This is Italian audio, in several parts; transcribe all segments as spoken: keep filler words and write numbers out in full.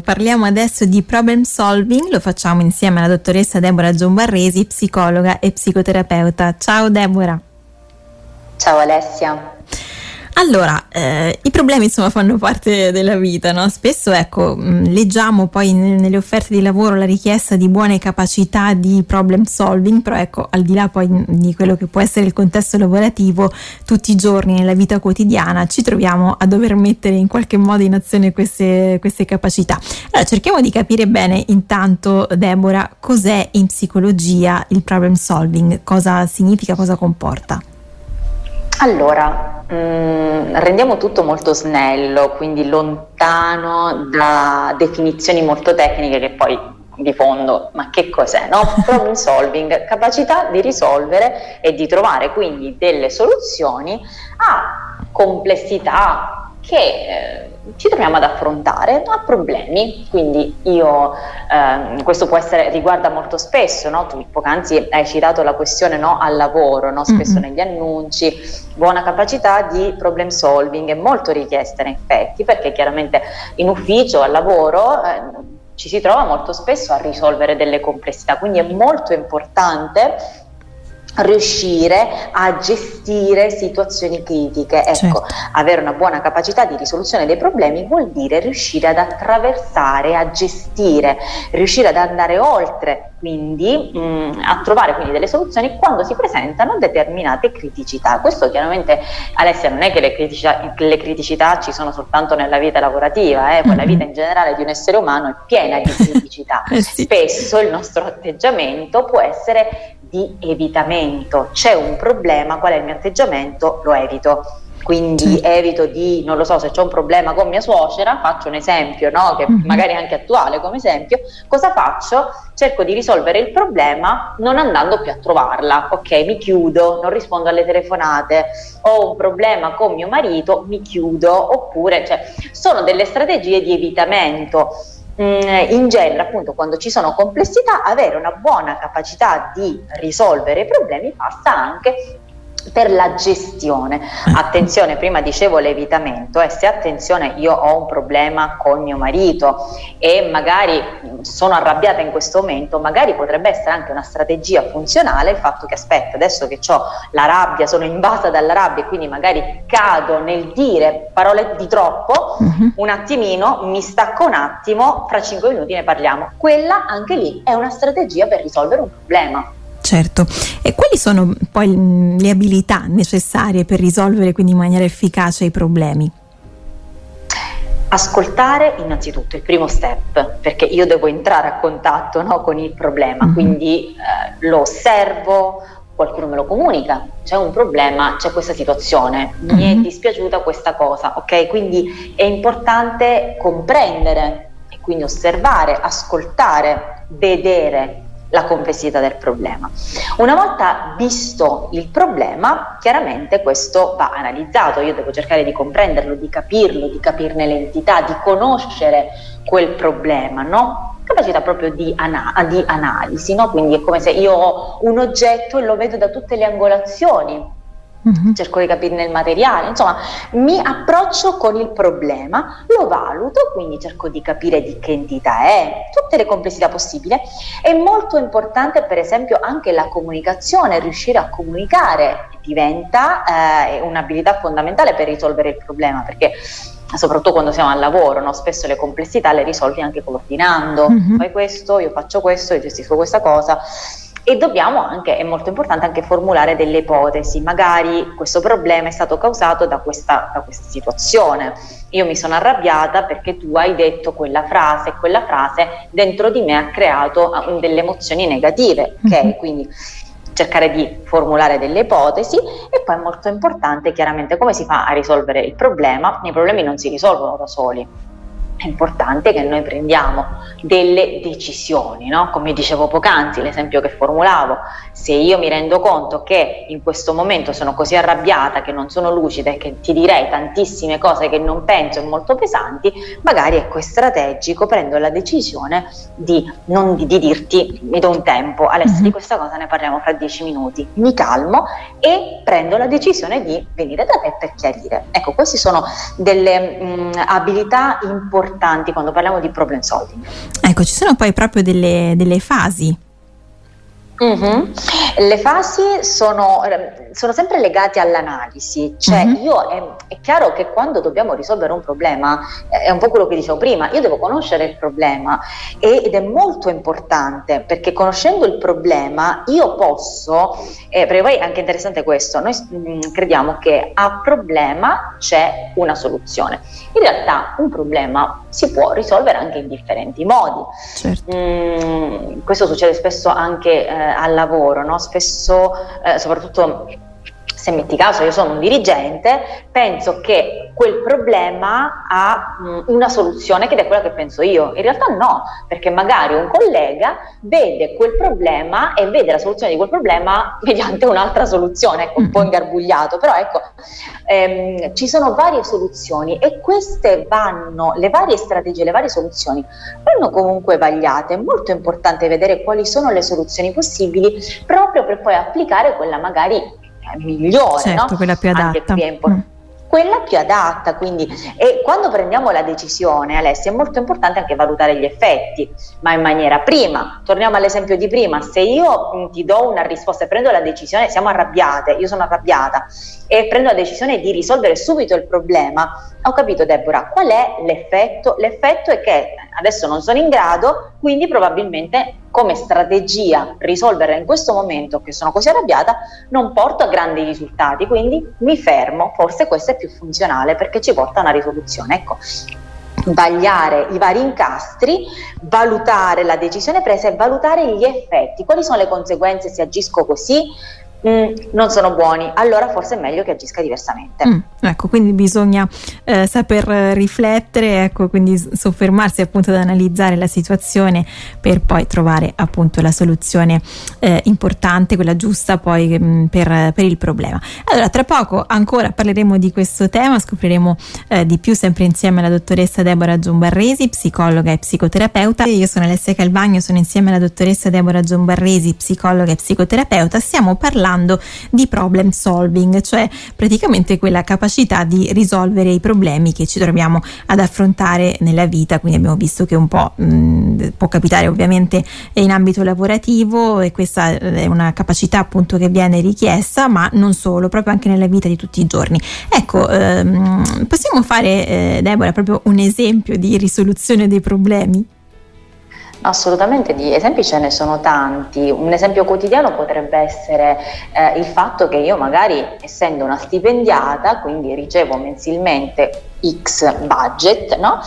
parliamo adesso di problem solving, lo facciamo insieme alla dottoressa Deborah Giombarresi, psicologa e psicoterapeuta. Ciao Deborah. Ciao Alessia. Allora, eh, i problemi insomma fanno parte della vita, no? Spesso ecco mh, leggiamo poi n- nelle offerte di lavoro la richiesta di buone capacità di problem solving, però ecco al di là poi di quello che può essere il contesto lavorativo, tutti i giorni nella vita quotidiana ci troviamo a dover mettere in qualche modo in azione queste, queste capacità. Allora cerchiamo di capire bene intanto, Deborah, cos'è in psicologia il problem solving, cosa significa, cosa comporta? Allora, mh, rendiamo tutto molto snello, quindi lontano da definizioni molto tecniche che poi di fondo, ma che cos'è, no? Problem solving, capacità di risolvere e di trovare quindi delle soluzioni a complessità che eh, ci troviamo ad affrontare, a problemi. Quindi io, eh, questo può essere, riguarda molto spesso, no? Tu poc'anzi hai citato la questione, no, al lavoro, no? Spesso mm-hmm. negli annunci, buona capacità di problem solving è molto richiesta in effetti, perché chiaramente in ufficio, al lavoro, eh, ci si trova molto spesso a risolvere delle complessità, quindi è molto importante riuscire a gestire situazioni critiche. Ecco, certo. Avere una buona capacità di risoluzione dei problemi vuol dire riuscire ad attraversare, a gestire, riuscire ad andare oltre, quindi mh, a trovare quindi delle soluzioni quando si presentano determinate criticità. Questo chiaramente, Alessia, non è che le criticità, le criticità ci sono soltanto nella vita lavorativa, eh, poi mm-hmm. la vita in generale di un essere umano è piena di criticità. eh sì. Spesso il nostro atteggiamento può essere di evitamento. C'è un problema, qual è il mio atteggiamento? Lo evito. Quindi sì. evito di, non lo so, se c'è un problema con mia suocera, faccio un esempio, no? Che mm-hmm. magari è anche attuale come esempio, cosa faccio? Cerco di risolvere il problema non andando più a trovarla, ok? Mi chiudo, non rispondo alle telefonate, ho un problema con mio marito, mi chiudo, oppure, cioè, sono delle strategie di evitamento. In genere, appunto, quando ci sono complessità, avere una buona capacità di risolvere i problemi passa anche per la gestione. Attenzione, prima dicevo l'evitamento, e se attenzione io ho un problema con mio marito e magari sono arrabbiata in questo momento, magari potrebbe essere anche una strategia funzionale il fatto che aspetta, adesso che ho la rabbia, sono invasa dalla rabbia e quindi magari cado nel dire parole di troppo, uh-huh. un attimino, mi stacco un attimo, fra cinque minuti ne parliamo. Quella anche lì è una strategia per risolvere un problema. Certo, e quali sono poi le abilità necessarie per risolvere quindi in maniera efficace i problemi? Ascoltare innanzitutto, il primo step, perché io devo entrare a contatto, no, con il problema, mm-hmm. quindi eh, lo osservo, qualcuno me lo comunica, c'è un problema, c'è questa situazione, mm-hmm. mi è dispiaciuta questa cosa, ok? Quindi è importante comprendere e quindi osservare, ascoltare, vedere la complessità del problema. Una volta visto il problema, chiaramente questo va analizzato, io devo cercare di comprenderlo, di capirlo, di capirne l'entità, di conoscere quel problema, no? Capacità proprio di, ana- di analisi, no? Quindi è come se io ho un oggetto e lo vedo da tutte le angolazioni. Mm-hmm. Cerco di capirne il materiale, insomma mi approccio con il problema, lo valuto, quindi cerco di capire di che entità è, tutte le complessità possibili. È molto importante per esempio anche la comunicazione, riuscire a comunicare diventa eh, un'abilità fondamentale per risolvere il problema, perché soprattutto quando siamo al lavoro, no? Spesso le complessità le risolvi anche coordinando, mm-hmm. fai questo, io faccio questo, io gestisco questa cosa. E dobbiamo anche, è molto importante anche formulare delle ipotesi, magari questo problema è stato causato da questa, da questa situazione, io mi sono arrabbiata perché tu hai detto quella frase e quella frase dentro di me ha creato delle emozioni negative, ok? Mm-hmm. Quindi cercare di formulare delle ipotesi. E poi è molto importante chiaramente come si fa a risolvere il problema. I problemi non si risolvono da soli. È importante che noi prendiamo delle decisioni, no? Come dicevo poc'anzi, l'esempio che formulavo, se io mi rendo conto che in questo momento sono così arrabbiata, che non sono lucida e che ti direi tantissime cose che non penso e molto pesanti, magari ecco è strategico, prendo la decisione di, non di, di dirti, mi do un tempo, Alessia mm-hmm. di questa cosa ne parliamo fra dieci minuti, mi calmo e prendo la decisione di venire da te per chiarire. Ecco, queste sono delle mh, abilità importanti importanti quando parliamo di problem solving. Ecco, ci sono poi proprio delle, delle fasi. Mm-hmm. Le fasi sono, sono sempre legate all'analisi, cioè mm-hmm. io è, è chiaro che quando dobbiamo risolvere un problema, è un po' quello che dicevo prima, io devo conoscere il problema ed è molto importante, perché conoscendo il problema io posso, eh, perché poi è anche interessante questo, noi mh, crediamo che a problema c'è una soluzione, in realtà un problema si può risolvere anche in differenti modi. Certo. Mm, questo succede spesso anche eh, al lavoro, no? Spesso, eh, soprattutto se metti caso io sono un dirigente, penso che quel problema ha mh, una soluzione che è quella che penso io. In realtà no, perché magari un collega vede quel problema e vede la soluzione di quel problema mediante un'altra soluzione, ecco, un po' ingarbugliato, però ecco, ehm, ci sono varie soluzioni e queste vanno, le varie strategie, le varie soluzioni vanno comunque vagliate. È molto importante vedere quali sono le soluzioni possibili proprio per poi applicare quella magari migliore, certo, no? Quella più adatta. Anche qui è importante. Mm. Quella più adatta, quindi, e quando prendiamo la decisione, Alessia, è molto importante anche valutare gli effetti, ma in maniera prima. Torniamo all'esempio di prima: se io mh, ti do una risposta e prendo la decisione, siamo arrabbiate, io sono arrabbiata e prendo la decisione di risolvere subito il problema, ho capito, Deborah, qual è l'effetto? L'effetto è che adesso non sono in grado, quindi probabilmente come strategia risolverla in questo momento che sono così arrabbiata non porto a grandi risultati, quindi mi fermo, forse questo è più funzionale perché ci porta a una risoluzione. Ecco, vagliare i vari incastri, valutare la decisione presa e valutare gli effetti, quali sono le conseguenze se agisco così. Mm, non sono buoni, allora forse è meglio che agisca diversamente. Mm, ecco, quindi bisogna eh, saper riflettere, ecco, quindi soffermarsi appunto ad analizzare la situazione per poi trovare appunto la soluzione eh, importante, quella giusta poi mh, per, per il problema. Allora, tra poco ancora parleremo di questo tema, scopriremo eh, di più sempre insieme alla dottoressa Deborah Giombarresi, psicologa e psicoterapeuta. Io sono Alessia Calvagno, sono insieme alla dottoressa Deborah Giombarresi, psicologa e psicoterapeuta. Stiamo parlando di problem solving, cioè praticamente quella capacità di risolvere i problemi che ci troviamo ad affrontare nella vita. Quindi abbiamo visto che un po' mh, può capitare ovviamente in ambito lavorativo, e questa è una capacità appunto che viene richiesta, ma non solo, proprio anche nella vita di tutti i giorni. Ecco, ehm, possiamo fare, eh, Deborah, proprio un esempio di risoluzione dei problemi? Assolutamente, di esempi ce ne sono tanti. Un esempio quotidiano potrebbe essere eh, il fatto che io magari, essendo una stipendiata, quindi ricevo mensilmente X budget, no?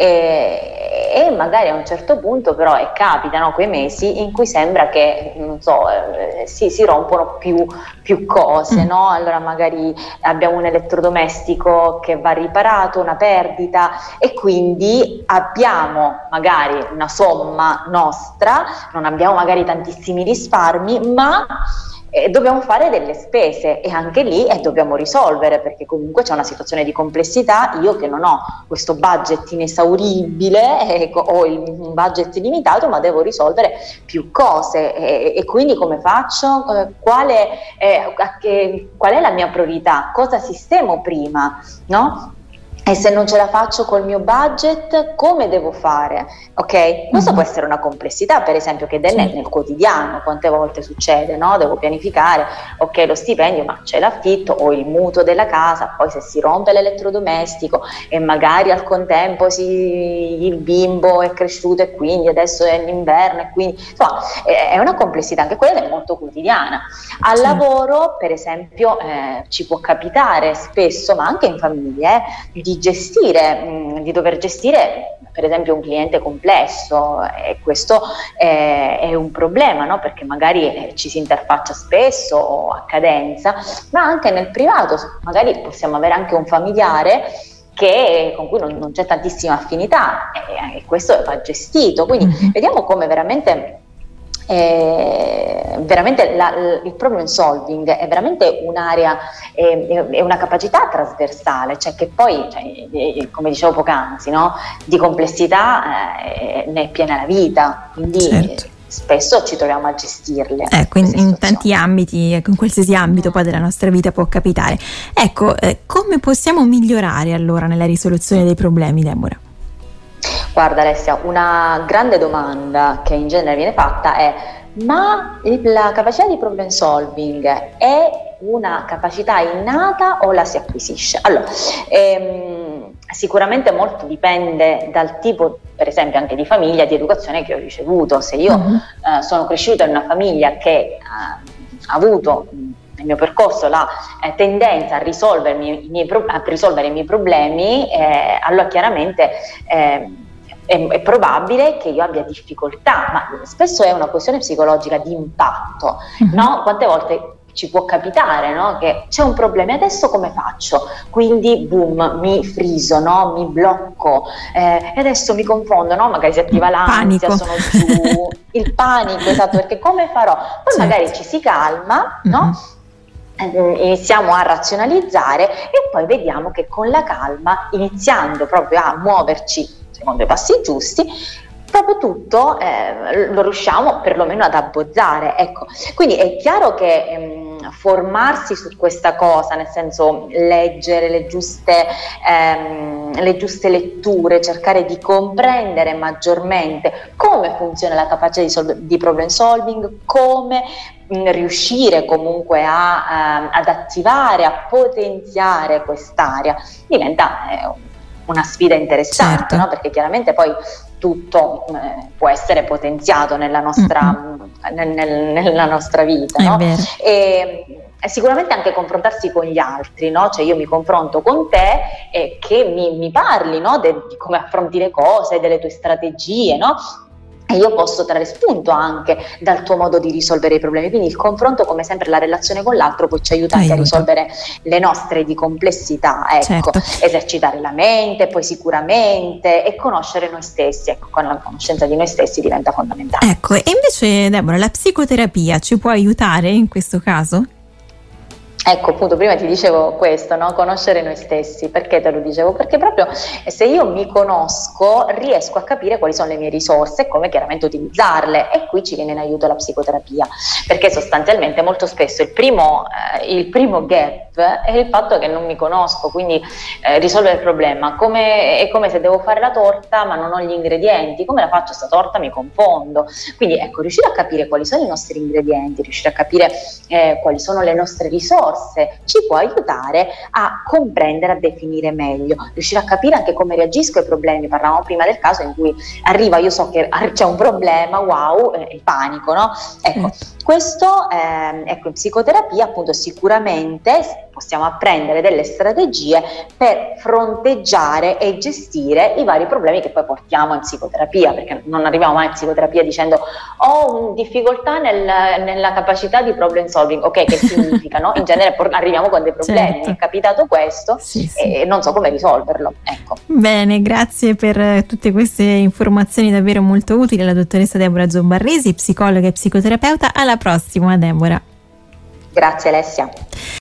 E, e magari a un certo punto però e capitano quei mesi in cui sembra che, non so, eh, si, si rompono più, più cose, no? Allora magari abbiamo un elettrodomestico che va riparato, una perdita, e quindi abbiamo magari una somma nostra, non abbiamo magari tantissimi risparmi, ma eh, dobbiamo fare delle spese, e anche lì eh, dobbiamo risolvere, perché comunque c'è una situazione di complessità. Io che non ho questo budget inesauribile, eh, ho il, un budget limitato, ma devo risolvere più cose, e, e quindi come faccio? Eh, quale, eh, a che, qual è la mia priorità? Cosa sistemo prima, no? E se non ce la faccio col mio budget, come devo fare? Ok? Questo mm-hmm. può essere una complessità, per esempio, che nel, nel quotidiano quante volte succede, no? Devo pianificare, ok, lo stipendio, ma c'è l'affitto o il mutuo della casa, poi se si rompe l'elettrodomestico e magari al contempo si, il bimbo è cresciuto e quindi adesso è l'inverno, e quindi insomma è, è una complessità anche quella, ed è molto quotidiana. Al sì. lavoro, per esempio, eh, ci può capitare spesso, ma anche in famiglie, eh, di gestire, mh, di dover gestire per esempio un cliente complesso, e questo è, è un problema, no? Perché magari eh, ci si interfaccia spesso o a cadenza, ma anche nel privato magari possiamo avere anche un familiare che, con cui non, non c'è tantissima affinità, e, e questo va gestito, quindi mm-hmm. vediamo come veramente Eh, veramente la, il problem solving è veramente un'area, è, è una capacità trasversale, cioè che poi, cioè, come dicevo poc'anzi, no? Di complessità eh, ne è piena la vita, quindi certo. spesso ci troviamo a gestirle. Ecco, in, in tanti ambiti, ecco, in qualsiasi ambito poi della nostra vita può capitare. Ecco, eh, come possiamo migliorare allora nella risoluzione dei problemi, Deborah? Guarda Alessia, una grande domanda che in genere viene fatta è: ma la capacità di problem solving è una capacità innata o la si acquisisce? Allora, ehm, sicuramente molto dipende dal tipo, per esempio, anche di famiglia, di educazione che ho ricevuto. Se io uh-huh. eh, sono cresciuta in una famiglia che eh, ha avuto nel mio percorso la eh, tendenza a, risolvermi, i miei pro- a risolvere i miei problemi, eh, allora chiaramente eh, è, è probabile che io abbia difficoltà, ma spesso è una questione psicologica di impatto, uh-huh. no? Quante volte ci può capitare, no? Che c'è un problema e adesso come faccio? Quindi boom, mi friso, no? Mi blocco eh, e adesso mi confondo, no? Magari si attiva l'ansia, panico. Sono giù, il panico, esatto, perché come farò? Poi certo. magari ci si calma, no? Mm-hmm. Iniziamo a razionalizzare e poi vediamo che con la calma, iniziando proprio a muoverci secondo i passi giusti, proprio tutto eh, lo riusciamo perlomeno ad abbozzare, ecco. Quindi è chiaro che ehm, formarsi su questa cosa, nel senso leggere le giuste, ehm, le giuste letture, cercare di comprendere maggiormente come funziona la capacità di, sol- di problem solving, come mh, riuscire comunque a, ehm, ad attivare, a potenziare quest'area, diventa eh, una sfida interessante, certo. no? Perché chiaramente poi tutto eh, può essere potenziato nella nostra, mm-hmm. nel, nel, nella nostra vita, no? E, e sicuramente anche confrontarsi con gli altri, no? Cioè io mi confronto con te e che mi, mi parli, no? De, di come affronti le cose, delle tue strategie, no? E io posso trarre spunto anche dal tuo modo di risolvere i problemi, quindi il confronto, come sempre la relazione con l'altro, poi ci aiuta anche a risolvere le nostre di complessità, ecco, certo. esercitare la mente, poi sicuramente, e conoscere noi stessi, ecco, con la conoscenza di noi stessi diventa fondamentale. Ecco, e invece Deborah, la psicoterapia ci può aiutare in questo caso? Ecco, appunto, prima ti dicevo questo, no? Conoscere noi stessi. Perché te lo dicevo? Perché proprio se io mi conosco riesco a capire quali sono le mie risorse e come chiaramente utilizzarle, e qui ci viene in aiuto la psicoterapia, perché sostanzialmente molto spesso il primo, eh, il primo gap è il fatto che non mi conosco, quindi eh, risolvere il problema come, è come se devo fare la torta ma non ho gli ingredienti. Come la faccio sta torta? Mi confondo. Quindi ecco, riuscire a capire quali sono i nostri ingredienti, riuscire a capire eh, quali sono le nostre risorse ci può aiutare a comprendere, a definire meglio, riuscire a capire anche come reagisco ai problemi. Parlavamo prima del caso in cui arriva, io so che c'è un problema, wow, eh, il panico, no? Ecco, mm. questo eh, ecco, in psicoterapia appunto sicuramente possiamo apprendere delle strategie per fronteggiare e gestire i vari problemi che poi portiamo in psicoterapia, perché non arriviamo mai in psicoterapia dicendo ho difficoltà nel, nella capacità di problem solving. Ok, che significa, no? In genere arriviamo con dei problemi, certo. È capitato questo, sì, sì. E non so come risolverlo, ecco. Bene, grazie per tutte queste informazioni davvero molto utili alla dottoressa Deborah Zombarresi, psicologa e psicoterapeuta. Alla prossima, Deborah. Grazie Alessia.